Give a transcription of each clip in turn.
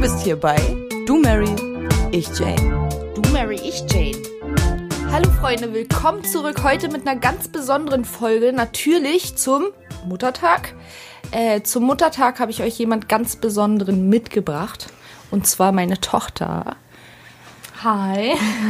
bist hier bei Du Mary, ich Jane. Du Mary, ich Jane. Hallo Freunde, willkommen zurück heute mit einer ganz besonderen Folge, natürlich zum Muttertag. Zum Muttertag habe ich euch jemand ganz Besonderen mitgebracht, und zwar meine Tochter. Hi.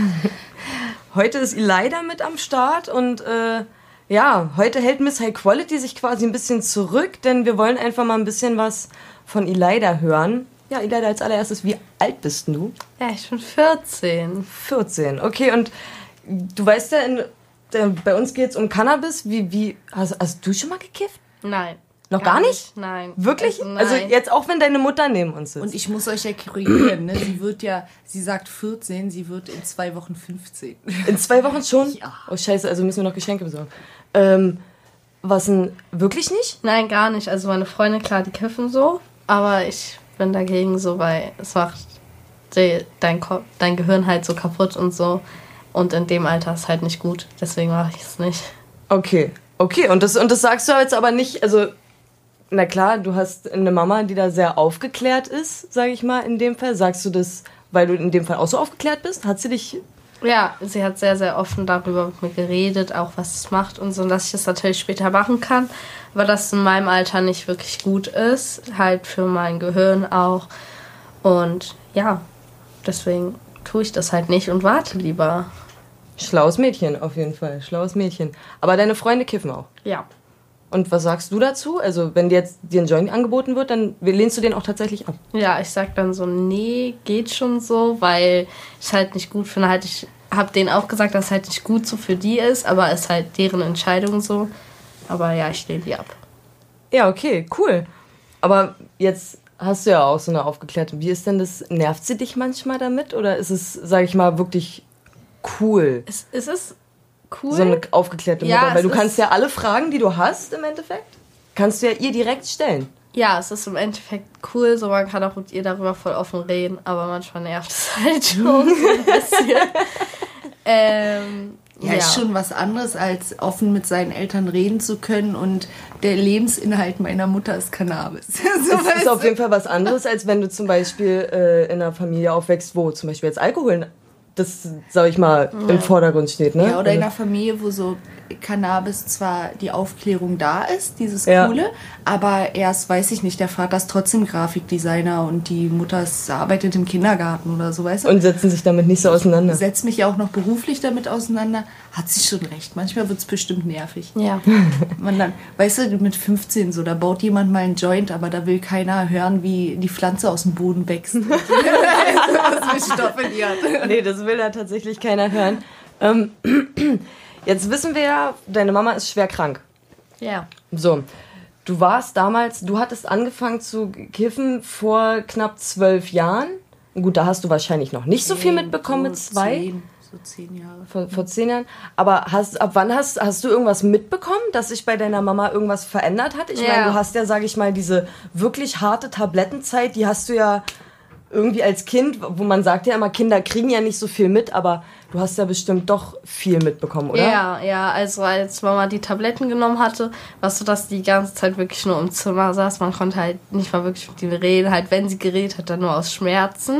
Heute ist Elida mit am Start und heute hält Miss High Quality sich quasi ein bisschen zurück, denn wir wollen einfach mal ein bisschen was von Elida hören. Ja, Elida, als allererstes, wie alt bist du? Ja, ich bin 14. 14, okay, und du weißt ja, bei uns geht es um Cannabis. Hast du schon mal gekifft? Nein. Noch gar nicht? Nein. Wirklich? Nein. Also jetzt auch, wenn deine Mutter neben uns sitzt. Und ich muss euch ja korrigieren, ne? Sie sagt 14, sie wird in 2 Wochen 15. In 2 Wochen schon? Ja. Oh scheiße, also müssen wir noch Geschenke besorgen. Was denn? Wirklich nicht? Nein, gar nicht. Also meine Freunde, klar, die kiffen so, aber ich bin dagegen so, weil es macht dein Gehirn halt so kaputt und so. Und in dem Alter ist halt nicht gut. Deswegen mache ich es nicht. Okay. Und das sagst du jetzt aber nicht, also, na klar, du hast eine Mama, die da sehr aufgeklärt ist, sage ich mal, in dem Fall. Sagst du das, weil du in dem Fall auch so aufgeklärt bist? Hat sie dich... Ja, sie hat sehr, sehr offen darüber mit mir geredet, auch was es macht und so, und dass ich das natürlich später machen kann, aber dass es in meinem Alter nicht wirklich gut ist, halt für mein Gehirn auch. Und ja, deswegen tue ich das halt nicht und warte lieber. Schlaues Mädchen, auf jeden Fall. Schlaues Mädchen. Aber deine Freunde kiffen auch? Ja. Und was sagst du dazu? Also, wenn dir jetzt dir ein Joint angeboten wird, dann lehnst du den auch tatsächlich ab? Ja, ich sag dann so, nee, geht schon so, weil ich halt nicht gut finde. Halt, ich habe denen auch gesagt, dass es halt nicht gut so für die ist, aber es ist halt deren Entscheidung so. Aber ja, ich lehne die ab. Ja, okay, cool. Aber jetzt hast du ja auch so eine aufgeklärte. Wie ist denn das? Nervt sie dich manchmal damit? Oder ist es, sag ich mal, wirklich cool? Es ist cool. So eine aufgeklärte Mutter. Ja, weil du kannst ja alle Fragen, die du hast im Endeffekt, kannst du ja ihr direkt stellen. Ja, es ist im Endeffekt cool, so man kann auch mit ihr darüber voll offen reden, aber manchmal nervt es halt schon so ein bisschen. Ist schon was anderes, als offen mit seinen Eltern reden zu können und der Lebensinhalt meiner Mutter ist Cannabis. Es ist auf jeden Fall was anderes, als wenn du zum Beispiel in einer Familie aufwächst, wo zum Beispiel jetzt Alkohol, das, sag ich mal, im Vordergrund steht, ne? Ja, oder in einer Familie, wo so Cannabis zwar die Aufklärung da ist, dieses Coole, aber erst, weiß ich nicht, der Vater ist trotzdem Grafikdesigner und die Mutter arbeitet im Kindergarten oder so, weißt du? Und setzen sich damit nicht so auseinander. Ich setze mich ja auch noch beruflich damit auseinander. Hat sie schon recht. Manchmal wird es bestimmt nervig. Ja. Man dann, weißt du, mit 15 so, da baut jemand mal einen Joint, aber da will keiner hören, wie die Pflanze aus dem Boden wächst. Was für Stoffe die hat. Nee, das will da tatsächlich keiner hören. Jetzt wissen wir ja, deine Mama ist schwer krank. Ja. So, du hattest angefangen zu kiffen vor knapp 12 Jahren. Gut, da hast du wahrscheinlich noch nicht so viel mitbekommen mit 2. So 10 Jahre. Vor 10 Jahren. Aber ab wann hast du irgendwas mitbekommen, dass sich bei deiner Mama irgendwas verändert hat? Ich meine, du hast ja, sage ich mal, diese wirklich harte Tablettenzeit, die hast du ja irgendwie als Kind, wo man sagt ja immer, Kinder kriegen ja nicht so viel mit, aber du hast ja bestimmt doch viel mitbekommen, oder? Ja, also als Mama die Tabletten genommen hatte, war es so, dass die ganze Zeit wirklich nur im Zimmer saß. Man konnte halt nicht mal wirklich mit ihr reden. Halt, wenn sie geredet hat, dann nur aus Schmerzen.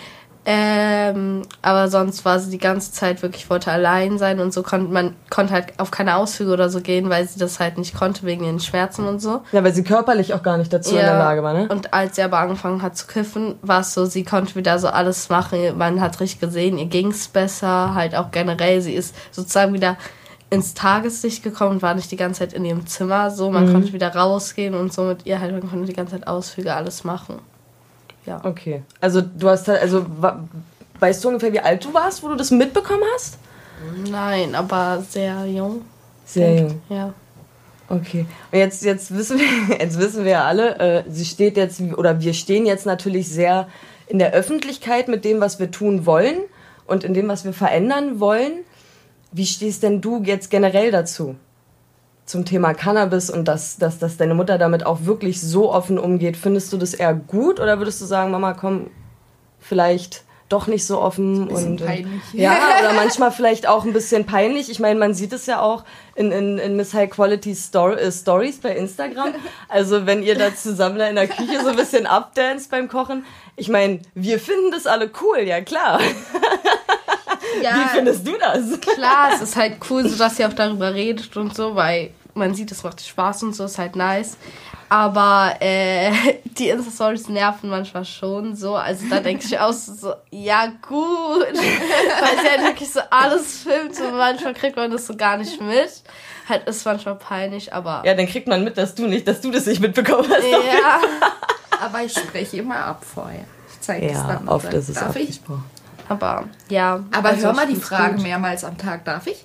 Aber sonst war sie die ganze Zeit wirklich, wollte allein sein und so konnte halt auf keine Ausflüge oder so gehen, weil sie das halt nicht konnte wegen ihren Schmerzen und so. Ja, weil sie körperlich auch gar nicht dazu in der Lage war, ne? Und als sie aber angefangen hat zu kiffen, war es so, sie konnte wieder so alles machen. Man hat richtig gesehen, ihr ging's besser, halt auch generell. Sie ist sozusagen wieder ins Tageslicht gekommen und war nicht die ganze Zeit in ihrem Zimmer. So, man konnte wieder rausgehen und so mit ihr halt, man konnte die ganze Zeit Ausflüge, alles machen. Ja. Okay. Also du hast halt, weißt du ungefähr, wie alt du warst, wo du das mitbekommen hast? Nein, aber sehr jung. Sehr jung. Ja. Okay. Und jetzt wissen wir ja alle, wir stehen jetzt natürlich sehr in der Öffentlichkeit mit dem, was wir tun wollen und in dem, was wir verändern wollen. Wie stehst denn du jetzt generell dazu? Zum Thema Cannabis und dass deine Mutter damit auch wirklich so offen umgeht. Findest du das eher gut oder würdest du sagen, Mama, komm, vielleicht doch nicht so offen. Bisschen peinlich. Ja, oder manchmal vielleicht auch ein bisschen peinlich. Ich meine, man sieht es ja auch in Miss High Quality Stories bei Instagram. Also wenn ihr da zusammen da in der Küche so ein bisschen updanced beim Kochen. Ich meine, wir finden das alle cool, ja klar. Ja, wie findest du das? Klar, es ist halt cool, so dass ihr auch darüber redet und so, weil man sieht, es macht Spaß und so, ist halt nice. Aber die Insta-Stories nerven manchmal schon so. Also da denke ich auch so, ja gut. Weil sie halt wirklich so alles filmt und manchmal kriegt man das so gar nicht mit. Halt ist manchmal peinlich, aber... Ja, dann kriegt man mit, dass du das nicht mitbekommen hast. Ja, aber ich spreche immer ab vorher. Ich zeige es dann. Ja, oft ist es Darf ich? abgesprochen. Aber, ja. Aber also hör mal die find's Fragen gut. mehrmals am Tag. Darf ich?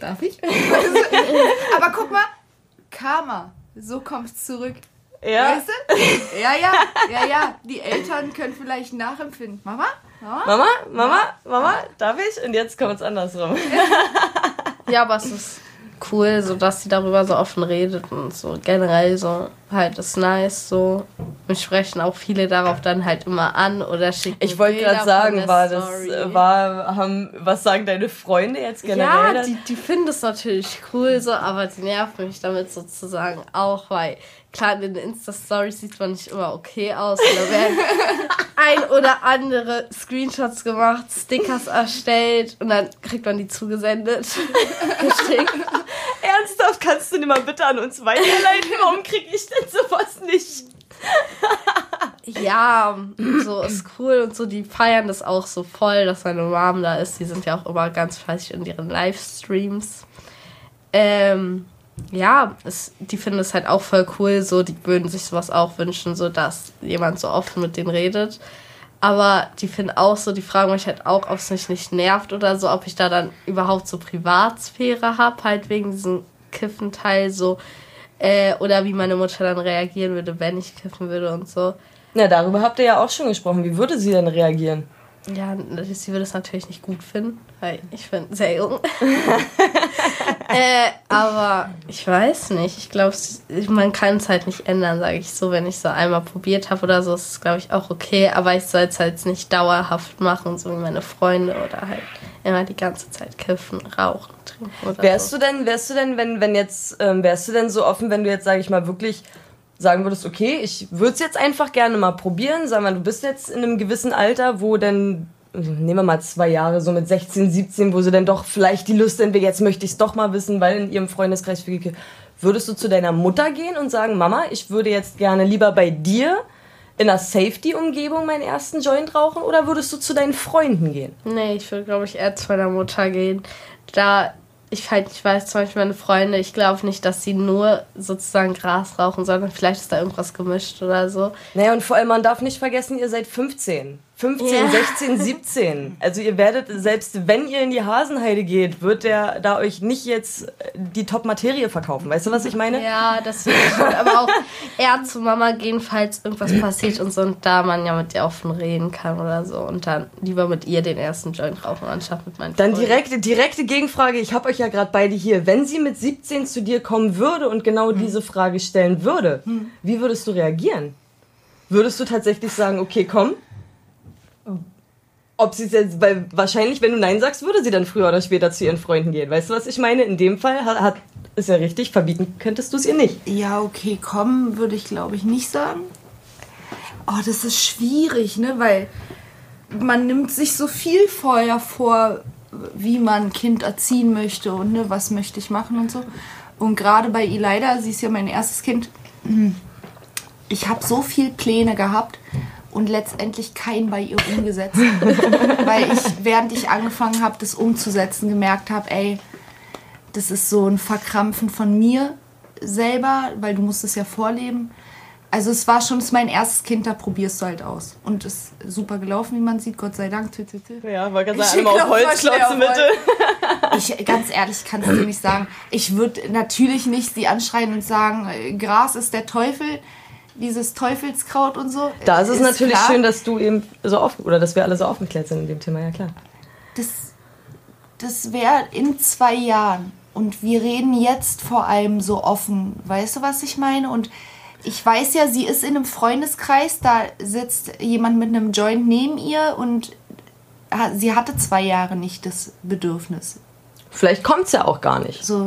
Aber guck mal, Karma. So kommt's zurück. Ja. Weißt du? Ja. Die Eltern können vielleicht nachempfinden. Mama? Darf ich? Und jetzt kommt es andersrum. Ja, aber es ist cool, so dass sie darüber so offen redet und so generell so halt ist nice so. Mich sprechen auch viele darauf dann halt immer an oder schicken. Ich wollte Bilder gerade sagen, von der Story. was sagen deine Freunde jetzt generell? Ja, die finden es natürlich cool so, aber die nerven mich damit sozusagen auch, weil klar, in den Insta-Stories sieht man nicht immer okay aus. Da werden ein oder andere Screenshots gemacht, Stickers erstellt und dann kriegt man die zugesendet. Geschickt. Ernsthaft, kannst du die mal bitte an uns weiterleiten? Warum kriege ich denn sowas nicht? Ja, so ist cool und so, die feiern das auch so voll, dass meine Mom da ist. Die sind ja auch immer ganz fleißig in ihren Livestreams. Ja, die finden es halt auch voll cool, so, die würden sich sowas auch wünschen, so, dass jemand so offen mit denen redet. Aber die finden auch so, die fragen mich halt auch, ob es mich nicht nervt oder so, ob ich da dann überhaupt so Privatsphäre habe, halt wegen diesem Kiffenteil so, oder wie meine Mutter dann reagieren würde, wenn ich kiffen würde und so. Na, darüber habt ihr ja auch schon gesprochen. Wie würde sie denn reagieren? Ja, sie würde es natürlich nicht gut finden, weil ich bin sehr jung. Aber ich weiß nicht. Ich glaube, man kann es halt nicht ändern, sage ich so. Wenn ich so einmal probiert habe oder so, ist es, glaube ich, auch okay. Aber ich soll es halt nicht dauerhaft machen, so wie meine Freunde oder halt immer die ganze Zeit kiffen, rauchen, trinken oder wärst so. du denn, wärst du denn so offen, wenn du jetzt, sage ich mal, wirklich sagen würdest, okay, ich würde es jetzt einfach gerne mal probieren. Sag mal, du bist jetzt in einem gewissen Alter, wo dann, nehmen wir mal 2 Jahre, so mit 16, 17, wo sie dann doch vielleicht die Lust entwickelt, jetzt möchte ich es doch mal wissen, weil in ihrem Freundeskreis viel gekifft. Würdest du zu deiner Mutter gehen und sagen, Mama, ich würde jetzt gerne lieber bei dir in einer Safety-Umgebung meinen ersten Joint rauchen, oder würdest du zu deinen Freunden gehen? Nee, ich würde, glaube ich, eher zu meiner Mutter gehen. Ich weiß zum Beispiel meine Freunde, ich glaube nicht, dass sie nur sozusagen Gras rauchen, sondern vielleicht ist da irgendwas gemischt oder so. Naja, und vor allem, man darf nicht vergessen, ihr seid 15, Ja. 16, 17. Also ihr werdet, selbst wenn ihr in die Hasenheide geht, wird der da euch nicht jetzt die Top-Materie verkaufen. Weißt du, was ich meine? Ja, deswegen. Aber auch eher zu Mama gehen, falls irgendwas passiert und so. Und da man ja mit ihr offen reden kann oder so. Und dann lieber mit ihr den ersten Joint rauchen, anstatt mit meinen Dann Freunden. direkte Gegenfrage. Ich habe euch ja gerade beide hier. Wenn sie mit 17 zu dir kommen würde und genau diese Frage stellen würde, wie würdest du reagieren? Würdest du tatsächlich sagen, okay, komm? Ob sie jetzt, weil wahrscheinlich, wenn du Nein sagst, würde sie dann früher oder später zu ihren Freunden gehen. Weißt du, was ich meine? In dem Fall ist ja richtig, verbieten könntest du es ihr nicht. Ja, okay, komm, würde ich glaube ich nicht sagen. Oh, das ist schwierig, ne, weil man nimmt sich so viel vorher vor, wie man ein Kind erziehen möchte und ne, was möchte ich machen und so. Und gerade bei Elida, sie ist ja mein erstes Kind, ich habe so viel Pläne gehabt und letztendlich keinen bei ihr umgesetzt. Weil ich, während ich angefangen habe, das umzusetzen, gemerkt habe, ey, das ist so ein Verkrampfen von mir selber, weil du musst es ja vorleben. Also es war schon mein erstes Kind, da probierst du halt aus. Und es ist super gelaufen, wie man sieht, Gott sei Dank. Ja, wollte gerade sagen, einmal auf Holz klotzen, bitte. Ich, ganz ehrlich, kann es dir nicht sagen. Ich würde natürlich nicht sie anschreien und sagen, Gras ist der Teufel, dieses Teufelskraut und so. Da ist es natürlich klar. schön, dass du eben dass wir alle so aufgeklärt sind in dem Thema, ja klar. Das wäre in 2 Jahren. Und wir reden jetzt vor allem so offen. Weißt du, was ich meine? Und ich weiß ja, sie ist in einem Freundeskreis, da sitzt jemand mit einem Joint neben ihr und sie hatte 2 Jahre nicht das Bedürfnis. Vielleicht kommt es ja auch gar nicht. So,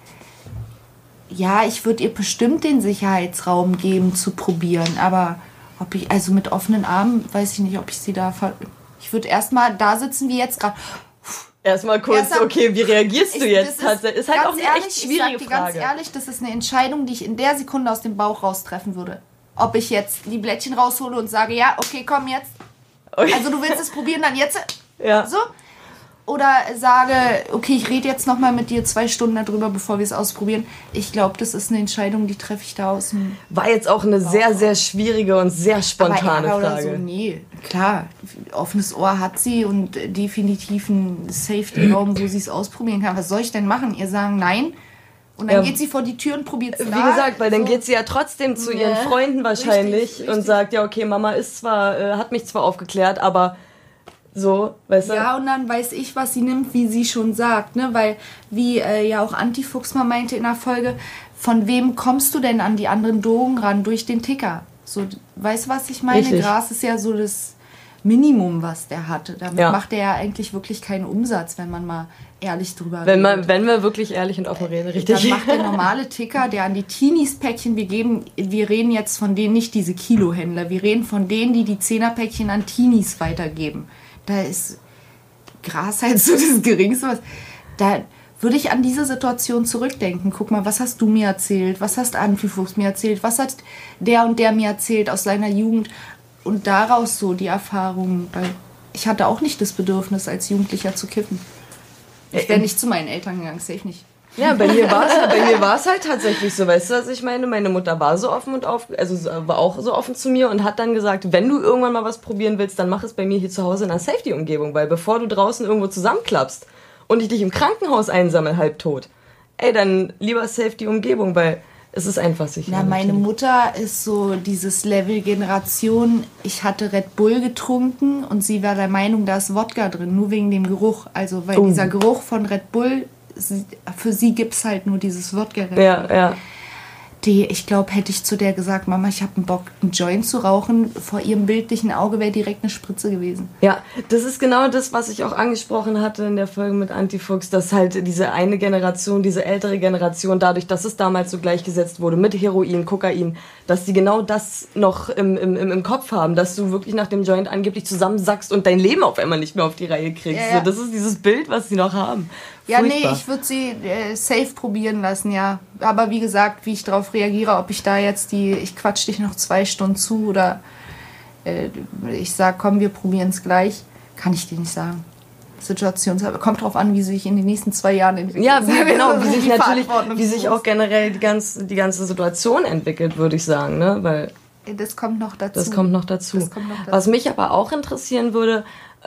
ja, ich würde ihr bestimmt den Sicherheitsraum geben, zu probieren, aber also mit offenen Armen, weiß ich nicht, ob ich sie da... Ich würde erstmal da sitzen, wie jetzt gerade... Erstmal kurz, okay, wie reagierst du jetzt? Das ist halt auch eine echt schwierige ich sag dir Frage. Ganz ehrlich, das ist eine Entscheidung, die ich in der Sekunde aus dem Bauch raustreffen würde. Ob ich jetzt die Blättchen raushole und sage, ja, okay, komm jetzt. Okay. Also du willst es probieren, dann jetzt. Ja. So. Oder sage, okay, ich rede jetzt nochmal mit dir 2 Stunden darüber, bevor wir es ausprobieren. Ich glaube, das ist eine Entscheidung, die treffe ich da aus dem... War jetzt auch eine sehr, sehr schwierige und sehr spontane aber Frage. Oder so, nee, klar, offenes Ohr hat sie und definitiv einen Safety-Raum, wo sie es ausprobieren kann. Was soll ich denn machen? Ihr sagen nein und dann geht sie vor die Tür und probiert es Wie gesagt, weil dann geht sie ja trotzdem zu ihren Freunden wahrscheinlich richtig. Und sagt, ja okay, Mama hat mich zwar aufgeklärt, aber... So, weißt du? Ja, und dann weiß ich, was sie nimmt, wie sie schon sagt, ne? Weil, wie ja auch Antifuchs mal meinte in der Folge, von wem kommst du denn an die anderen Drogen ran? Durch den Ticker. So, weißt du, was ich meine? Richtig. Gras ist ja so das Minimum, was der hatte. Damit macht er ja eigentlich wirklich keinen Umsatz, wenn man mal ehrlich drüber redet. Wenn wir wirklich ehrlich und offen reden, richtig. Dann macht der normale Ticker, der an die Teenies-Päckchen, wir reden jetzt von denen, nicht diese Kilohändler, wir reden von denen, die 10er-Päckchen an Teenies weitergeben. Da ist Gras halt so das Geringste. Da würde ich an diese Situation zurückdenken. Guck mal, was hast du mir erzählt? Was hast Antifuchs mir erzählt? Was hat der und der mir erzählt aus seiner Jugend? Und daraus so die Erfahrungen. Weil ich hatte auch nicht das Bedürfnis, als Jugendlicher zu kiffen. Ich wäre nicht zu meinen Eltern gegangen, safe nicht. Ja, bei mir war es halt tatsächlich so, weißt du, was ich meine? Meine Mutter war so offen war auch so offen zu mir und hat dann gesagt, wenn du irgendwann mal was probieren willst, dann mach es bei mir hier zu Hause in einer Safety-Umgebung, weil bevor du draußen irgendwo zusammenklappst und ich dich im Krankenhaus einsammel, halbtot, dann lieber Safety-Umgebung, weil es ist einfach sicher. Na, meine Mutter ist so dieses Level Generation, ich hatte Red Bull getrunken und sie war der Meinung, da ist Wodka drin, nur wegen dem Geruch. Also, weil dieser Geruch von Red Bull, für sie gibt es halt nur dieses Wodka. Ja. Ich glaube, hätte ich zu der gesagt, Mama, ich habe einen Bock, einen Joint zu rauchen, vor ihrem bildlichen Auge wäre direkt eine Spritze gewesen. Ja, das ist genau das, was ich auch angesprochen hatte in der Folge mit Antifuchs, dass halt diese eine Generation, diese ältere Generation, dadurch, dass es damals so gleichgesetzt wurde mit Heroin, Kokain, dass die genau das noch im Kopf haben, dass du wirklich nach dem Joint angeblich zusammensackst und dein Leben auf einmal nicht mehr auf die Reihe kriegst. Ja. So, das ist dieses Bild, was sie noch haben. Ja, furchtbar. Nee, ich würde sie safe probieren lassen, ja. Aber wie gesagt, wie ich darauf reagiere, ob ich da jetzt ich quatsch dich noch 2 Stunden zu oder ich sag, komm, wir probieren es gleich, kann ich dir nicht sagen. Kommt drauf an, wie sich in den nächsten 2 Jahren entwickelt. Ja, genau, wie sich auch generell die ganze Situation entwickelt, würde ich sagen, ne? Weil das kommt noch dazu. Das kommt noch dazu. Was mich aber auch interessieren würde,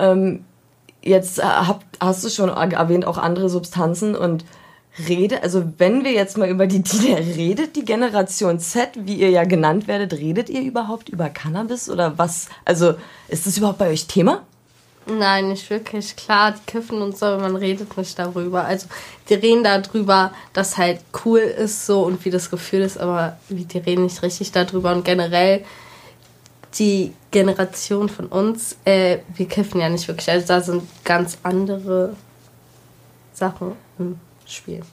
jetzt hast du schon erwähnt, auch andere Substanzen und wenn wir jetzt mal über redet die Generation Z, wie ihr ja genannt werdet, redet ihr überhaupt über Cannabis oder was? Also ist das überhaupt bei euch Thema? Nein, nicht wirklich. Klar, die kiffen und so, aber man redet nicht darüber. Also die reden darüber, dass halt cool ist so und wie das Gefühl ist, aber die reden nicht richtig darüber und generell die Generation von uns, wir kiffen ja nicht wirklich. Also da sind ganz andere Sachen im Spiel.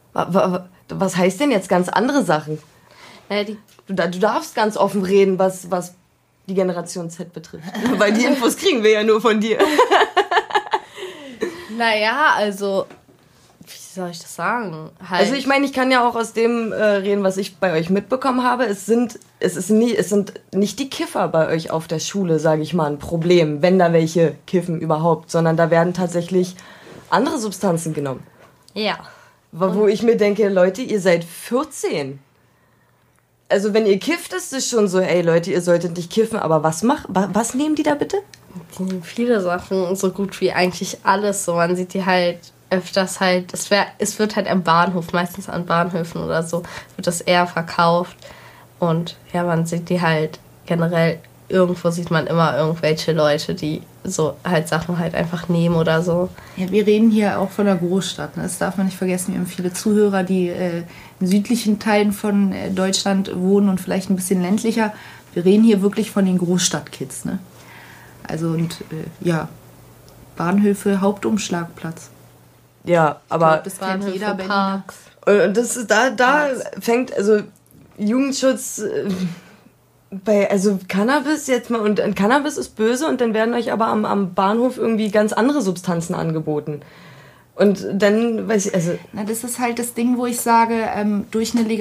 Was heißt denn jetzt ganz andere Sachen? Du darfst ganz offen reden, was die Generation Z betrifft. Weil die Infos kriegen wir ja nur von dir. Naja, also wie soll ich das sagen? Halt. Also ich meine, ich kann ja auch aus dem reden, was ich bei euch mitbekommen habe. Es sind nicht die Kiffer bei euch auf der Schule, sage ich mal, ein Problem, wenn da welche kiffen überhaupt, sondern da werden tatsächlich andere Substanzen genommen. Ja. Wo ich mir denke, Leute, ihr seid 14. Also wenn ihr kifft, ist es schon so, ey Leute, ihr solltet nicht kiffen, aber was nehmen die da bitte? Die nehmen viele Sachen, so gut wie eigentlich alles. So, man sieht die halt öfters halt, es wird halt am Bahnhof, meistens an Bahnhöfen oder so, wird das eher verkauft. Und ja, man sieht die halt generell, irgendwo sieht man immer irgendwelche Leute, die so halt Sachen halt einfach nehmen oder so. Ja, wir reden hier auch von der Großstadt. Ne? Das darf man nicht vergessen. Wir haben viele Zuhörer, die in südlichen Teilen von Deutschland wohnen und vielleicht ein bisschen ländlicher. Wir reden hier wirklich von den Großstadtkids. Ne? Also und ja, Bahnhöfe, Hauptumschlagplatz. Ja, aber Das kennt Bahnhöfe, jeder Berliner. Parks. und das ist da fängt, also Jugendschutz also Cannabis jetzt mal, und Cannabis ist böse und dann werden euch aber am Bahnhof irgendwie ganz andere Substanzen angeboten. Und dann, weiß ich, also... Na, das ist halt das Ding, wo ich sage, durch eine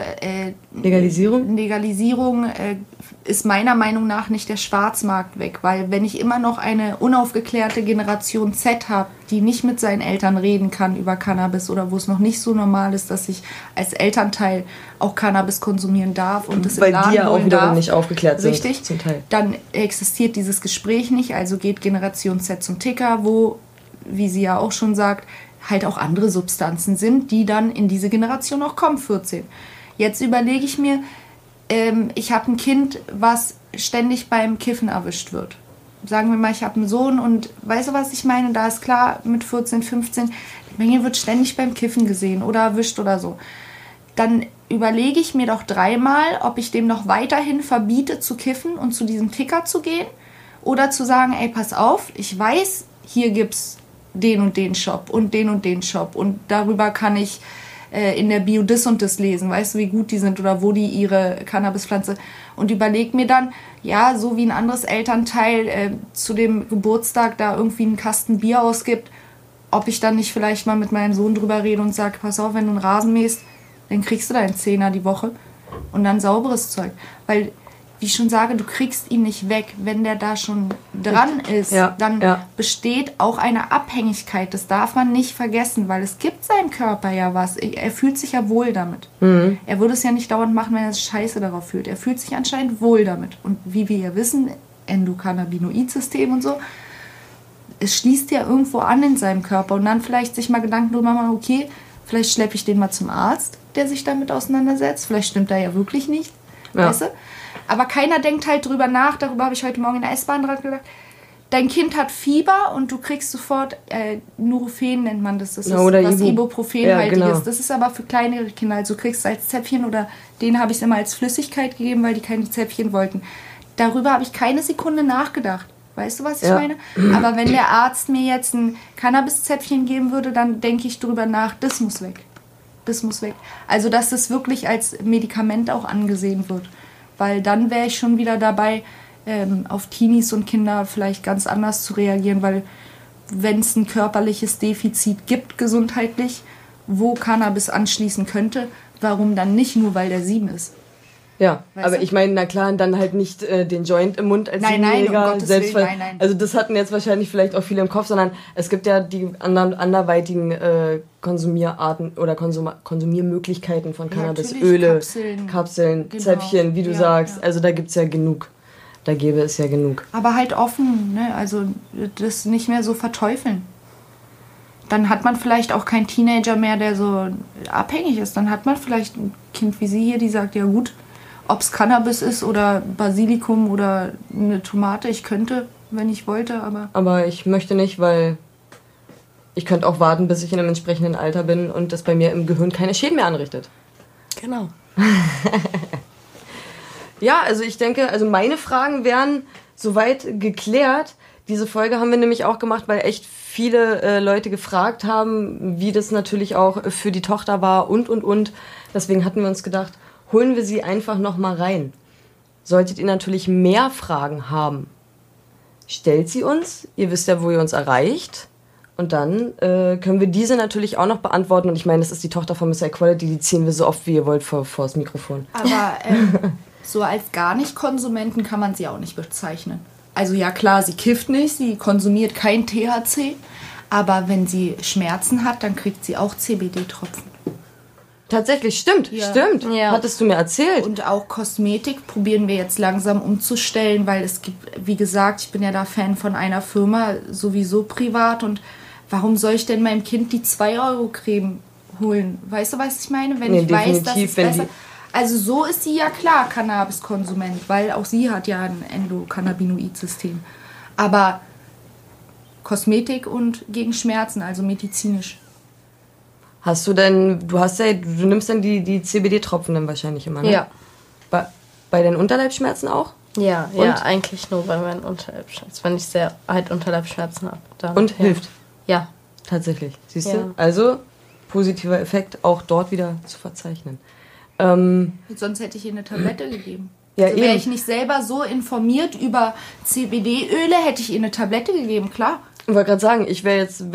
Legalisierung ist meiner Meinung nach nicht der Schwarzmarkt weg. Weil wenn ich immer noch eine unaufgeklärte Generation Z habe, die nicht mit seinen Eltern reden kann über Cannabis oder wo es noch nicht so normal ist, dass ich als Elternteil auch Cannabis konsumieren darf und das im Weil Laden die ja auch holen wiederum darf, nicht aufgeklärt sind, richtig, zum Teil. dann existiert dieses Gespräch nicht. Also geht Generation Z zum Ticker, wo, wie sie ja auch schon sagt, halt auch andere Substanzen sind, die dann in diese Generation auch kommen, 14. Jetzt überlege ich mir, ich habe ein Kind, was ständig beim Kiffen erwischt wird. Sagen wir mal, ich habe einen Sohn und weißt du, was ich meine? Da ist klar, mit 14, 15, der Menge wird ständig beim Kiffen gesehen oder erwischt oder so. Dann überlege ich mir doch dreimal, ob ich dem noch weiterhin verbiete zu kiffen und zu diesem Ticker zu gehen oder zu sagen, ey, pass auf, ich weiß, hier gibt's den und den Shop und den Shop und darüber kann ich in der Bio das und das lesen, weißt du, wie gut die sind oder wo die ihre Cannabispflanze, und überleg mir dann, ja, so wie ein anderes Elternteil zu dem Geburtstag da irgendwie einen Kasten Bier ausgibt, ob ich dann nicht vielleicht mal mit meinem Sohn drüber rede und sage, pass auf, wenn du einen Rasen mähst, dann kriegst du deinen Zehner die Woche und dann sauberes Zeug, weil wie ich schon sage, du kriegst ihn nicht weg. Wenn der da schon dran ist, dann besteht auch eine Abhängigkeit. Das darf man nicht vergessen, weil es gibt seinem Körper ja was. Er fühlt sich ja wohl damit. Mhm. Er würde es ja nicht dauernd machen, wenn er Scheiße darauf fühlt. Er fühlt sich anscheinend wohl damit. Und wie wir ja wissen, Endokannabinoid-System und so, es schließt ja irgendwo an in seinem Körper. Und dann vielleicht sich mal Gedanken drüber machen, okay, vielleicht schleppe ich den mal zum Arzt, der sich damit auseinandersetzt. Vielleicht stimmt da ja wirklich nicht. Ja. Weißt du? Aber keiner denkt halt drüber nach, darüber habe ich heute Morgen in der S-Bahn dran gedacht. Dein Kind hat Fieber und du kriegst sofort Nurofen, nennt man das. Das ist was Ibuprofenhaltiges. Genau. Das ist aber für kleinere Kinder. Also du kriegst es als Zäpfchen oder denen habe ich es immer als Flüssigkeit gegeben, weil die keine Zäpfchen wollten. Darüber habe ich keine Sekunde nachgedacht. Weißt du, was ich meine? Aber wenn der Arzt mir jetzt ein Cannabiszäpfchen geben würde, dann denke ich drüber nach, das muss weg. Das muss weg. Also dass das wirklich als Medikament auch angesehen wird. Weil dann wäre ich schon wieder dabei, auf Teenies und Kinder vielleicht ganz anders zu reagieren, weil wenn es ein körperliches Defizit gibt, gesundheitlich, wo Cannabis anschließen könnte, warum dann nicht nur, weil der 7 ist? Ja, weißt aber du? Ich meine, na klar, dann halt nicht den Joint im Mund als Siebenjähriger. Um nein. Also das hatten jetzt wahrscheinlich vielleicht auch viele im Kopf, sondern es gibt ja die anderweitigen Konsumierarten oder Konsumiermöglichkeiten von Cannabis. Öle, Kapseln genau. Zäpfchen, wie du sagst. Ja. Also da gibt's ja genug. Da gäbe es ja genug. Aber halt offen, ne? Also das nicht mehr so verteufeln. Dann hat man vielleicht auch keinen Teenager mehr, der so abhängig ist. Dann hat man vielleicht ein Kind wie sie hier, die sagt, ja gut, ob es Cannabis ist oder Basilikum oder eine Tomate, ich könnte, wenn ich wollte, aber... Aber ich möchte nicht, weil ich könnte auch warten, bis ich in einem entsprechenden Alter bin und das bei mir im Gehirn keine Schäden mehr anrichtet. Genau. Ja, also ich denke, also meine Fragen wären soweit geklärt. Diese Folge haben wir nämlich auch gemacht, weil echt viele Leute gefragt haben, wie das natürlich auch für die Tochter war und. Deswegen hatten wir uns gedacht, holen wir sie einfach nochmal rein. Solltet ihr natürlich mehr Fragen haben, stellt sie uns. Ihr wisst ja, wo ihr uns erreicht. Und dann können wir diese natürlich auch noch beantworten. Und ich meine, das ist die Tochter von Miss Equality, die ziehen wir so oft, wie ihr wollt, vor das Mikrofon. Aber so als gar nicht Konsumenten kann man sie auch nicht bezeichnen. Also ja klar, sie kifft nicht, sie konsumiert kein THC. Aber wenn sie Schmerzen hat, dann kriegt sie auch CBD-Tropfen. Tatsächlich, stimmt. Ja. Hattest du mir erzählt. Und auch Kosmetik probieren wir jetzt langsam umzustellen, weil es gibt, wie gesagt, ich bin ja da Fan von einer Firma, sowieso privat. Und warum soll ich denn meinem Kind die 2-Euro-Creme holen? Weißt du, was ich meine? Wenn ich weiß, dass es besser... Also so ist sie ja klar Cannabis-Konsument, weil auch sie hat ja ein Endokannabinoid-System. Aber Kosmetik und gegen Schmerzen, also medizinisch. Hast du denn, du nimmst dann die CBD-Tropfen dann wahrscheinlich immer, ne? Ja. Bei den Unterleibsschmerzen auch? Ja, ja, eigentlich nur bei meinen Unterleibschmerzen. Wenn ich sehr halt Unterleibschmerzen habe. Und hilft? Ja. Tatsächlich, siehst du? Ja. Also, positiver Effekt auch dort wieder zu verzeichnen. Sonst hätte ich ihr eine Tablette gegeben. Ja, also wäre eben. ich nicht selber so informiert über CBD-Öle, hätte ich ihr eine Tablette gegeben, klar. Ich wollte gerade sagen, ich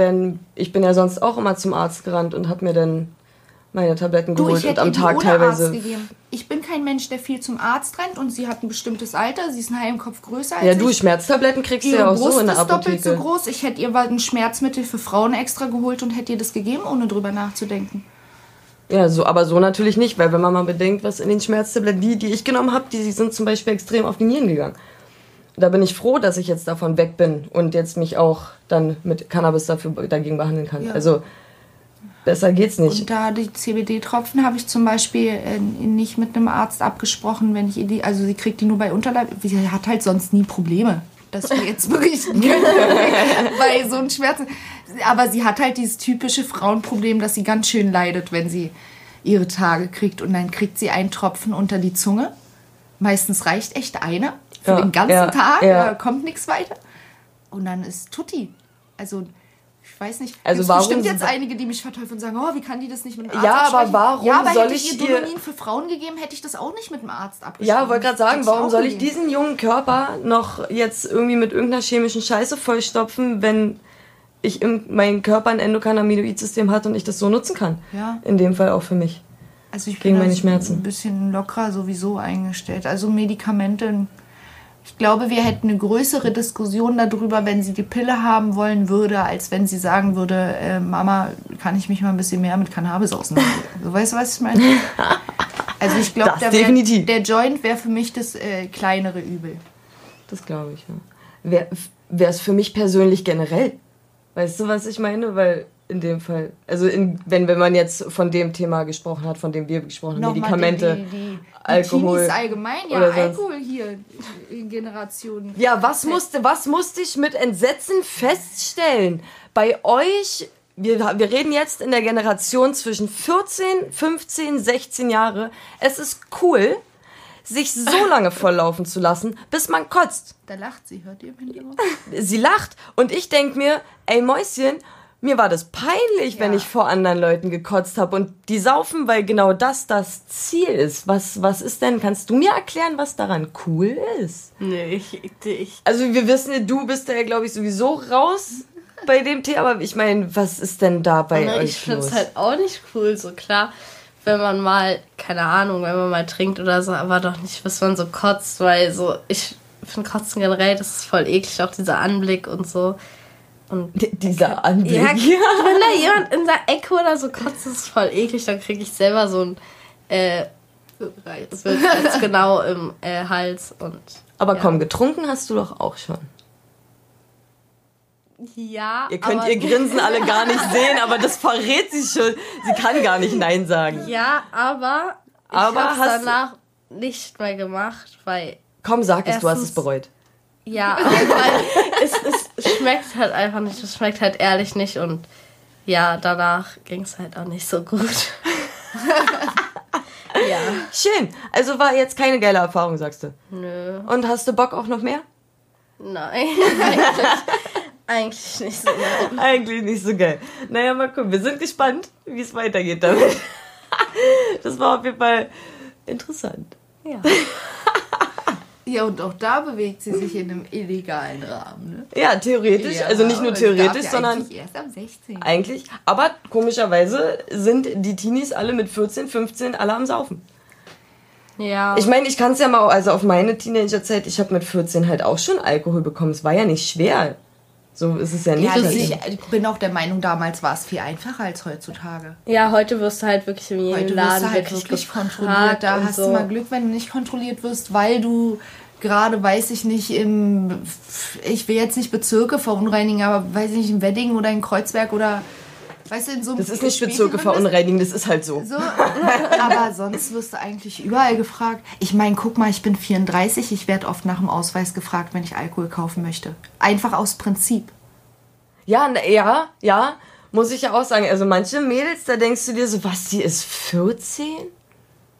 bin ja sonst auch immer zum Arzt gerannt und habe mir dann meine Tabletten Du, geholt ich und hätte am ihr die Tag ohne teilweise. Arzt gegeben. Ich bin kein Mensch, der viel zum Arzt rennt und sie hat ein bestimmtes Alter. Sie ist ein Heimkopf größer als Ja, ich. du, Schmerztabletten kriegst du Ihre ja auch Brust so in der ist doppelt so Apotheke. groß. Ich hätte ihr ein Schmerzmittel für Frauen extra geholt und hätte ihr das gegeben, ohne drüber nachzudenken. Ja, aber so natürlich nicht, weil wenn man mal bedenkt, was in den Schmerztabletten, die ich genommen habe, die sind zum Beispiel extrem auf die Nieren gegangen. Da bin ich froh, dass ich jetzt davon weg bin und jetzt mich auch dann mit Cannabis dagegen behandeln kann. Ja. Also besser geht's nicht. Und da die CBD-Tropfen habe ich zum Beispiel nicht mit einem Arzt abgesprochen, wenn ich ihr die, also sie kriegt die nur bei Unterleib. Sie hat halt sonst nie Probleme, dass wir jetzt berichten können bei so einem Schmerzen. Aber sie hat halt dieses typische Frauenproblem, dass sie ganz schön leidet, wenn sie ihre Tage kriegt. Und dann kriegt sie einen Tropfen unter die Zunge. Meistens reicht echt einer für den ganzen Tag, da kommt nichts weiter. Und dann ist Tutti. Also ich weiß nicht, Also gibt's warum bestimmt jetzt einige, die mich verteufeln und sagen, oh, wie kann die das nicht mit dem Arzt Ja, aber absprechen? warum ja, aber soll hätte ich ihr ihr- Dopamin für Frauen gegeben, hätte ich das auch nicht mit dem Arzt abgesprochen. Ja, wollte gerade sagen, Hätte warum auch soll ich gegeben. diesen jungen Körper noch jetzt irgendwie mit irgendeiner chemischen Scheiße vollstopfen, wenn ich mein Körper ein Endokannabinoid-System hat und ich das so nutzen kann? Ja. In dem Fall auch für mich. Also ich gegen bin meine da Schmerzen. ein bisschen lockerer sowieso eingestellt. Also Medikamente, ich glaube, wir hätten eine größere Diskussion darüber, wenn sie die Pille haben wollen würde, als wenn sie sagen würde, Mama, kann ich mich mal ein bisschen mehr mit Cannabis auseinandersetzen. So, weißt du, was ich meine? Also ich glaube, Das definitiv. der Joint wäre für mich das kleinere Übel. Das glaube ich, ja. Wäre es für mich persönlich generell. Weißt du, was ich meine? Weil in dem Fall, also wenn man jetzt von dem Thema gesprochen hat, von dem wir gesprochen haben, Nochmal Medikamente, die Alkohol. Teenies allgemein, ja, oder sonst- Alkohol hier, Generationen. Ja, was musste ich mit Entsetzen feststellen? Bei euch, wir reden jetzt in der Generation zwischen 14, 15, 16 Jahre. Es ist cool, sich so lange volllaufen zu lassen, bis man kotzt. Da lacht sie, hört ihr im Hintergrund? Sie lacht und ich denk mir, ey Mäuschen, mir war das peinlich, wenn Ja. ich vor anderen Leuten gekotzt habe und die saufen, weil genau das Ziel ist. Was ist denn, kannst du mir erklären, was daran cool ist? Nee, ich. Also wir wissen, du bist da ja, glaube ich, sowieso raus bei dem Thema, aber ich meine, was ist denn da bei Ich euch finde los? es halt auch nicht cool, so klar, wenn man mal, keine Ahnung, wenn man mal trinkt oder so, aber doch nicht, bis man so kotzt, weil so, ich finde Kotzen generell, das ist voll eklig, auch dieser Anblick und so. Und Dieser Anblick. ja, wenn da jemand in der Ecke oder so kotzt, das ist voll eklig, dann kriege ich selber so ein Würzreiz genau im Hals und Aber ja. komm, getrunken hast du doch auch schon. ja, Ihr könnt aber, ihr Grinsen alle gar nicht sehen, aber das verrät sie schon. Sie kann gar nicht Nein sagen. ja, aber ich Aber hab's hast- danach nicht mehr gemacht, weil Komm, sag es, du hast es Erstens- bereut. ja, aber weil es schmeckt halt einfach nicht, es schmeckt halt ehrlich nicht und ja, danach ging es halt auch nicht so gut. ja, Schön. Also war jetzt keine geile Erfahrung, sagst du. nö, Und hast du Bock auf noch mehr? nein, eigentlich nicht so. Nein. Eigentlich nicht so geil. Naja, mal gucken. Wir sind gespannt, wie es weitergeht damit. Das war auf jeden Fall interessant. Ja. Ja, und auch da bewegt sie sich in einem illegalen Rahmen. Ne? Ja, theoretisch. Ja, also nicht nur aber sie darf theoretisch, ja sondern eigentlich erst am 16. eigentlich. Aber komischerweise sind die Teenies alle mit 14, 15 alle am Saufen. Ja. Ich meine, ich kann es ja mal, also auf meine Teenagerzeit, ich habe mit 14 halt auch schon Alkohol bekommen. Es war ja nicht schwer. So ist es ja nicht. Ja, dass ich bin auch der Meinung, damals war es viel einfacher als heutzutage. Ja, heute wirst du halt wirklich in jedem Heute wirst Laden du halt wirklich wirklich gefragt kontrolliert. Da und hast so. du mal Glück, wenn du nicht kontrolliert wirst, weil du gerade, weiß ich nicht, ich will jetzt nicht Bezirke verunreinigen, aber weiß ich nicht, in Wedding oder in Kreuzberg oder, weißt du, in so einem Das ist nicht Späti Bezirke drin bist. verunreinigen, das ist halt so. So, aber sonst wirst du eigentlich überall gefragt. Ich meine, guck mal, ich bin 34, ich werde oft nach dem Ausweis gefragt, wenn ich Alkohol kaufen möchte. Einfach aus Prinzip. Ja, ja, muss ich ja auch sagen. Also manche Mädels, da denkst du dir so, was, die ist 14?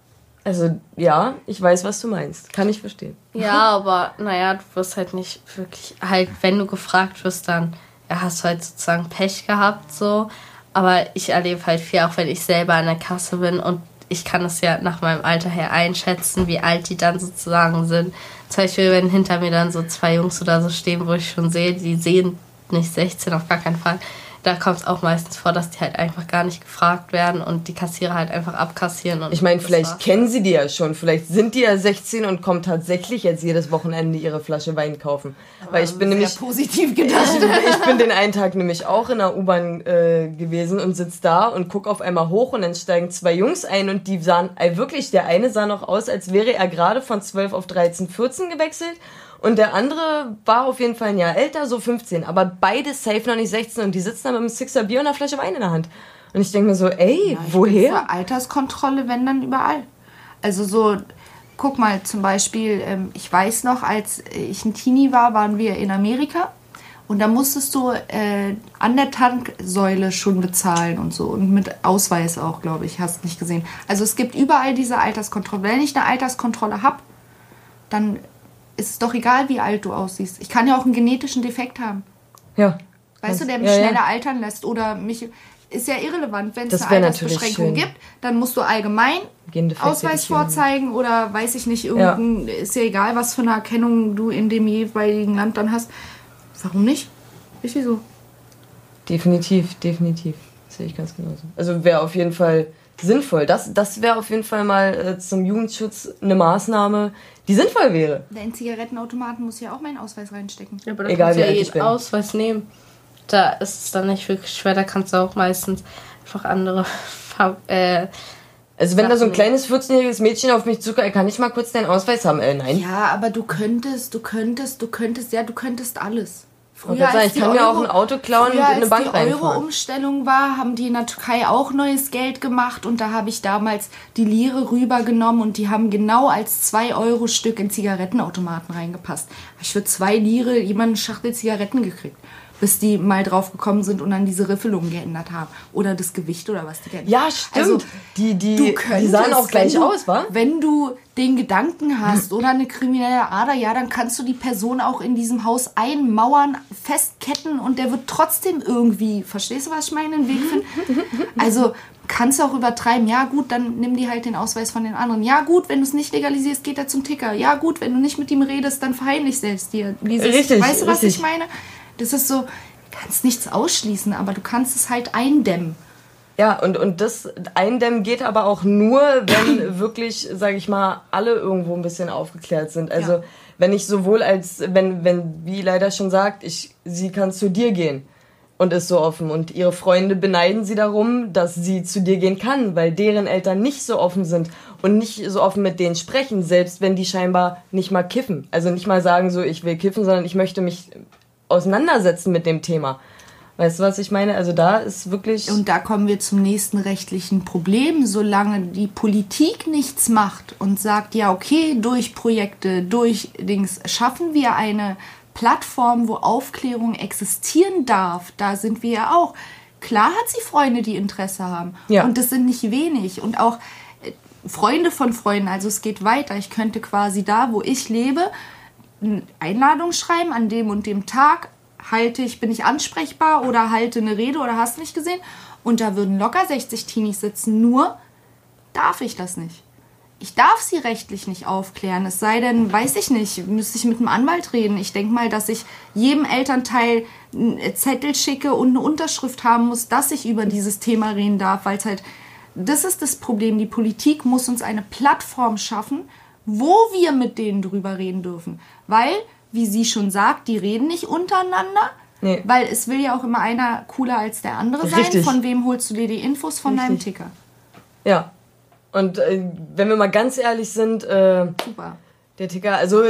Also, ja, ich weiß, was du meinst. Kann ich verstehen. Ja, aber naja, du wirst halt nicht wirklich, halt, wenn du gefragt wirst, dann hast du halt sozusagen Pech gehabt, so. Aber ich erlebe halt viel, auch wenn ich selber an der Kasse bin und ich kann es ja nach meinem Alter her einschätzen, wie alt die dann sozusagen sind. Zum Beispiel, wenn hinter mir dann so 2 Jungs oder so stehen, wo ich schon sehe, die sehen nicht 16, auf gar keinen Fall. Da kommt es auch meistens vor, dass die halt einfach gar nicht gefragt werden und die Kassierer halt einfach abkassieren. Und ich meine, vielleicht kennen sie die ja schon. Vielleicht sind die ja 16 und kommen tatsächlich jetzt jedes Wochenende ihre Flasche Wein kaufen. Weil ich bin nämlich positiv gedacht. Ich bin den einen Tag nämlich auch in der U-Bahn gewesen und sitze da und gucke auf einmal hoch und dann steigen 2 Jungs ein und die sahen, wirklich, der eine sah noch aus, als wäre er gerade von 12 auf 13, 14 gewechselt. Und der andere war auf jeden Fall ein Jahr älter, so 15. Aber beide safe noch nicht 16 und die sitzen da mit einem Sixer Bier und einer Flasche Wein in der Hand. Und ich denke mir so, ey, woher? Für Alterskontrolle, wenn dann überall. Also so, guck mal, zum Beispiel, ich weiß noch, als ich ein Teenie war, waren wir in Amerika. Und da musstest du an der Tanksäule schon bezahlen und so. Und mit Ausweis auch, glaube ich, hast nicht gesehen. Also es gibt überall diese Alterskontrolle. Wenn ich eine Alterskontrolle habe, dann ist es doch egal, wie alt du aussiehst. Ich kann ja auch einen genetischen Defekt haben. Ja. Weißt du, der mich schneller altern lässt oder mich... Ist ja irrelevant. Wenn es eine Altersbeschränkung gibt, dann musst du allgemein Ausweis vorzeigen oder weiß ich nicht, ist ja egal, was für eine Erkennung du in dem jeweiligen Land dann hast. Warum nicht? Wieso? Definitiv. Das sehe ich ganz genauso. Also wäre auf jeden Fall sinnvoll. Das wäre auf jeden Fall mal zum Jugendschutz eine Maßnahme, die sinnvoll wäre. In Zigarettenautomaten muss ich ja auch meinen Ausweis reinstecken. Ja, aber da kannst du ja jeden Ausweis nehmen. Da ist es dann nicht wirklich schwer, da kannst du auch meistens einfach andere also wenn da so ein kleines 14-jähriges Mädchen auf mich zukommt, kann ich mal kurz deinen Ausweis haben? Nein. Ja, aber du könntest alles. Früher, ich kann mir auch ein Auto klauen und in eine Bank reinfahren. Als die Euro-Umstellung war, haben die in der Türkei auch neues Geld gemacht und da habe ich damals die Lire rübergenommen und die haben genau als 2-Euro-Stück in Zigarettenautomaten reingepasst. Habe ich für 2 Lire jemanden eine Schachtel Zigaretten gekriegt, bis die mal drauf gekommen sind und dann diese Riffelungen geändert haben. Oder das Gewicht oder was die geändert haben. Ja, stimmt. Also, die sahen auch gleich aus, wa? Wenn du den Gedanken hast oder eine kriminelle Ader, ja, dann kannst du die Person auch in diesem Haus einmauern, festketten und der wird trotzdem irgendwie, verstehst du, was ich meine, einen Weg finden? Also kannst du auch übertreiben. Ja gut, dann nimm dir halt den Ausweis von den anderen. Ja gut, wenn du es nicht legalisierst, geht er zum Ticker. Ja gut, wenn du nicht mit ihm redest, dann verheimlichst selbst dir. Richtig, weißt du, was ich meine? Das ist so, du kannst nichts ausschließen, aber du kannst es halt eindämmen. Ja, und das Eindämmen geht aber auch nur, wenn wirklich, sage ich mal, alle irgendwo ein bisschen aufgeklärt sind. Also wenn ich sowohl wenn wie leider schon sagt, sie kann zu dir gehen und ist so offen und ihre Freunde beneiden sie darum, dass sie zu dir gehen kann, weil deren Eltern nicht so offen sind und nicht so offen mit denen sprechen, selbst wenn die scheinbar nicht mal kiffen. Also nicht mal sagen so, ich will kiffen, sondern ich möchte mich auseinandersetzen mit dem Thema. Weißt du, was ich meine? Also da ist wirklich... Und da kommen wir zum nächsten rechtlichen Problem. Solange die Politik nichts macht und sagt, ja okay, durch Projekte, durch Dings, schaffen wir eine Plattform, wo Aufklärung existieren darf. Da sind wir ja auch. Klar hat sie Freunde, die Interesse haben. Ja. Und das sind nicht wenig. Und auch Freunde von Freunden. Also es geht weiter. Ich könnte quasi da, wo ich lebe, eine Einladung schreiben an dem und dem Tag. Bin ich ansprechbar oder halte eine Rede oder hast nicht gesehen? Und da würden locker 60 Teenies sitzen. Nur darf ich das nicht. Ich darf sie rechtlich nicht aufklären. Es sei denn, weiß ich nicht, müsste ich mit einem Anwalt reden. Ich denke mal, dass ich jedem Elternteil einen Zettel schicke und eine Unterschrift haben muss, dass ich über dieses Thema reden darf. Weil es halt, das ist das Problem. Die Politik muss uns eine Plattform schaffen, wo wir mit denen drüber reden dürfen. Weil... Wie sie schon sagt, die reden nicht untereinander, weil es will ja auch immer einer cooler als der andere sein. Richtig. Von wem holst du dir die Infos? Von deinem Ticker. Ja. Und wenn wir mal ganz ehrlich sind, super. Der Ticker, also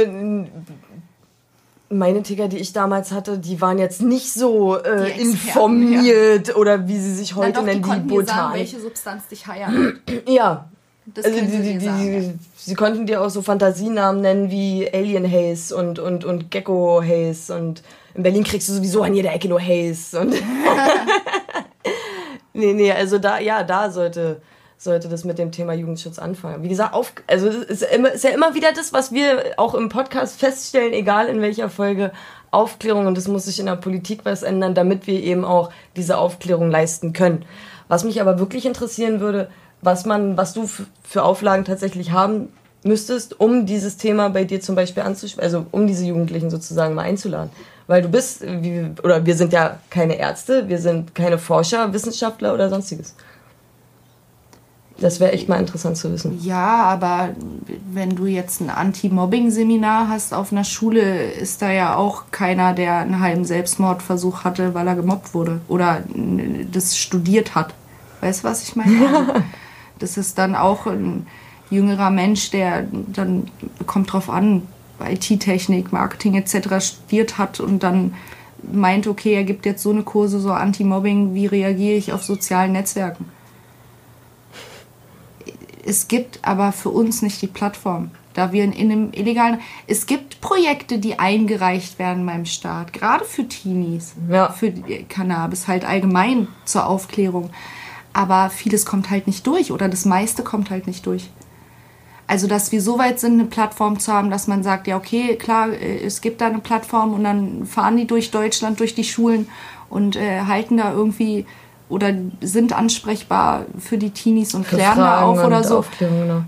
meine Ticker, die ich damals hatte, die waren jetzt nicht so informiert oder wie sie sich heute nennen, die Botanik. Sagen, welche Substanz dich heiert. Ja. Das also sie konnten dir auch so Fantasienamen nennen wie Alien Haze und Gecko Haze und in Berlin kriegst du sowieso an jeder Ecke nur Haze und nee, also da sollte sollte das mit dem Thema Jugendschutz anfangen. Wie gesagt, also es ist ja immer wieder das, was wir auch im Podcast feststellen, egal in welcher Folge, Aufklärung, und es muss sich in der Politik was ändern, damit wir eben auch diese Aufklärung leisten können. Was mich aber wirklich interessieren würde, was du für Auflagen tatsächlich haben müsstest, um dieses Thema bei dir zum Beispiel also um diese Jugendlichen sozusagen mal einzuladen. Weil du bist, wir sind ja keine Ärzte, wir sind keine Forscher, Wissenschaftler oder sonstiges. Das wäre echt mal interessant zu wissen. Ja, aber wenn du jetzt ein Anti-Mobbing-Seminar hast auf einer Schule, ist da ja auch keiner, der einen halben Selbstmordversuch hatte, weil er gemobbt wurde oder das studiert hat. Weißt du, was ich meine? Also, das ist dann auch ein jüngerer Mensch, der dann, kommt drauf an, IT-Technik, Marketing etc. studiert hat und dann meint, okay, er gibt jetzt so eine Kurse, so Anti-Mobbing, wie reagiere ich auf sozialen Netzwerken? Es gibt aber für uns nicht die Plattform, da wir in einem illegalen... Es gibt Projekte, die eingereicht werden beim Staat, gerade für Teenies, für Cannabis, halt allgemein zur Aufklärung. Aber vieles kommt halt nicht durch oder das meiste kommt halt nicht durch. Also, dass wir so weit sind, eine Plattform zu haben, dass man sagt, ja okay, klar, es gibt da eine Plattform und dann fahren die durch Deutschland, durch die Schulen und halten da irgendwie... oder sind ansprechbar für die Teenies und klären da auf oder so. Genau.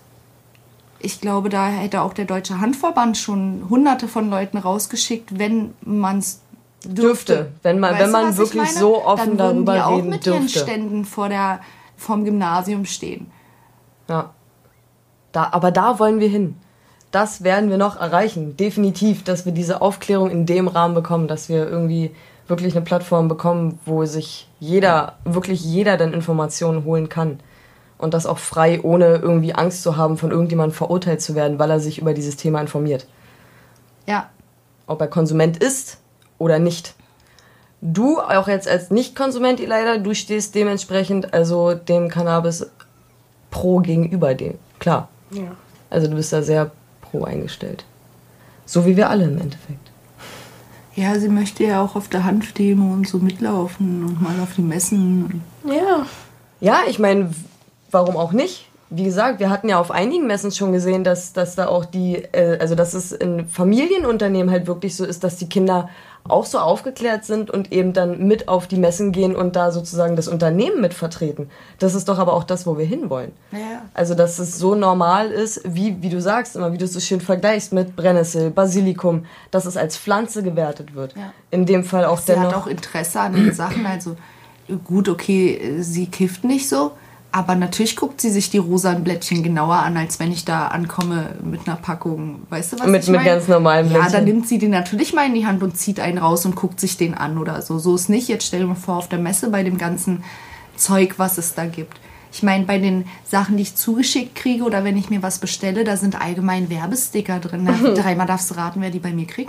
Ich glaube, da hätte auch der Deutsche Handverband schon hunderte von Leuten rausgeschickt, wenn man es dürfte. Wenn man wirklich so offen darüber reden dürfte. Dann würden die auch mit ihren Ständen vorm Gymnasium stehen. Ja. Aber da wollen wir hin. Das werden wir noch erreichen. Definitiv, dass wir diese Aufklärung in dem Rahmen bekommen, dass wir irgendwie wirklich eine Plattform bekommen, wo sich wirklich jeder dann Informationen holen kann. Und das auch frei, ohne irgendwie Angst zu haben, von irgendjemandem verurteilt zu werden, weil er sich über dieses Thema informiert. Ja. Ob er Konsument ist oder nicht. Du, auch jetzt als Nicht-Konsument, leider, du stehst dementsprechend also dem Cannabis pro gegenüber dem. Klar. Ja. Also du bist da sehr pro eingestellt. So wie wir alle im Endeffekt. Ja, sie möchte ja auch auf der Hanfdemo und so mitlaufen und mal auf die Messen. Ja. Ja, ich meine, warum auch nicht? Wie gesagt, wir hatten ja auf einigen Messen schon gesehen, dass da auch dass es in Familienunternehmen halt wirklich so ist, dass die Kinder auch so aufgeklärt sind und eben dann mit auf die Messen gehen und da sozusagen das Unternehmen mit vertreten. Das ist doch aber auch das, wo wir hinwollen. Ja. Also, dass es so normal ist, wie du sagst immer, wie du es so schön vergleichst mit Brennnessel, Basilikum, dass es als Pflanze gewertet wird. Ja. In dem Fall auch dennoch. Sie hat auch Interesse an den Sachen, also gut, okay, sie kifft nicht so, aber natürlich guckt sie sich die rosanen Blättchen genauer an, als wenn ich da ankomme mit einer Packung. Weißt du, was ich meine? Mit ganz normalen Blättchen. Ja, dann nimmt sie den natürlich mal in die Hand und zieht einen raus und guckt sich den an oder so. So ist nicht. Jetzt stell dir mal vor, auf der Messe bei dem ganzen Zeug, was es da gibt. Ich meine, bei den Sachen, die ich zugeschickt kriege oder wenn ich mir was bestelle, da sind allgemein Werbesticker drin. Dreimal darfst du raten, wer die bei mir kriegt.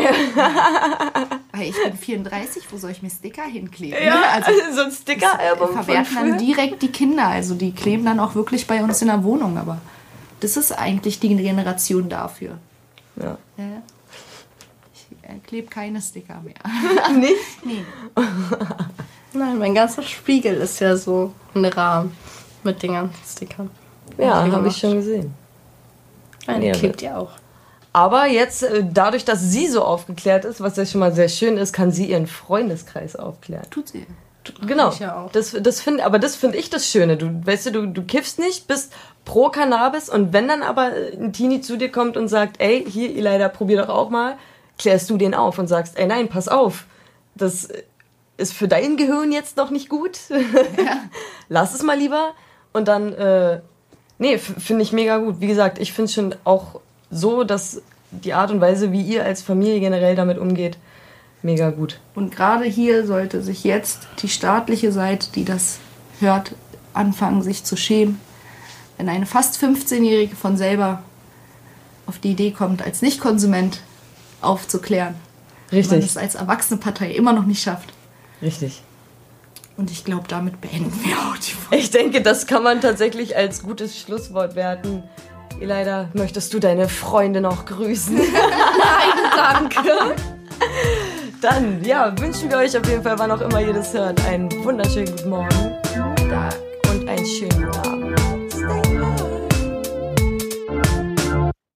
Weil ich bin 34, wo soll ich mir Sticker hinkleben? Ja, also so ein Sticker-Album verwerten dann direkt die Kinder. Also die kleben dann auch wirklich bei uns in der Wohnung. Aber das ist eigentlich die Generation dafür. Ja. Ich klebe keine Sticker mehr. Nicht? Nee. Nein, mein ganzer Spiegel ist ja so ein Rahmen mit den ganzen Stickern. Ja, habe ich schon gesehen. Nein, klebt ja auch. Aber jetzt, dadurch, dass sie so aufgeklärt ist, was ja schon mal sehr schön ist, kann sie ihren Freundeskreis aufklären. Tut sie. Genau. Ich ja auch. Das finde ich das Schöne. Du kiffst nicht, bist pro Cannabis und wenn dann aber ein Teenie zu dir kommt und sagt, ey, hier, Ileida, probier doch auch mal, klärst du den auf und sagst, ey, nein, pass auf, das ist für dein Gehirn jetzt noch nicht gut. Ja. Lass es mal lieber. Und dann, finde ich mega gut. Wie gesagt, ich finde schon auch so, dass die Art und Weise, wie ihr als Familie generell damit umgeht, mega gut. Und gerade hier sollte sich jetzt die staatliche Seite, die das hört, anfangen, sich zu schämen. Wenn eine fast 15-Jährige von selber auf die Idee kommt, als Nicht-Konsument aufzuklären. Richtig. Man es als erwachsene Partei immer noch nicht schafft. Richtig. Und ich glaube, damit beenden wir auch die Folge. Ich denke, das kann man tatsächlich als gutes Schlusswort werten. Ileida, möchtest du deine Freunde noch grüßen? Nein, danke. Dann, wünschen wir euch auf jeden Fall, wann auch immer ihr das hört, einen wunderschönen guten Morgen. Guten Tag. und einen schönen Abend.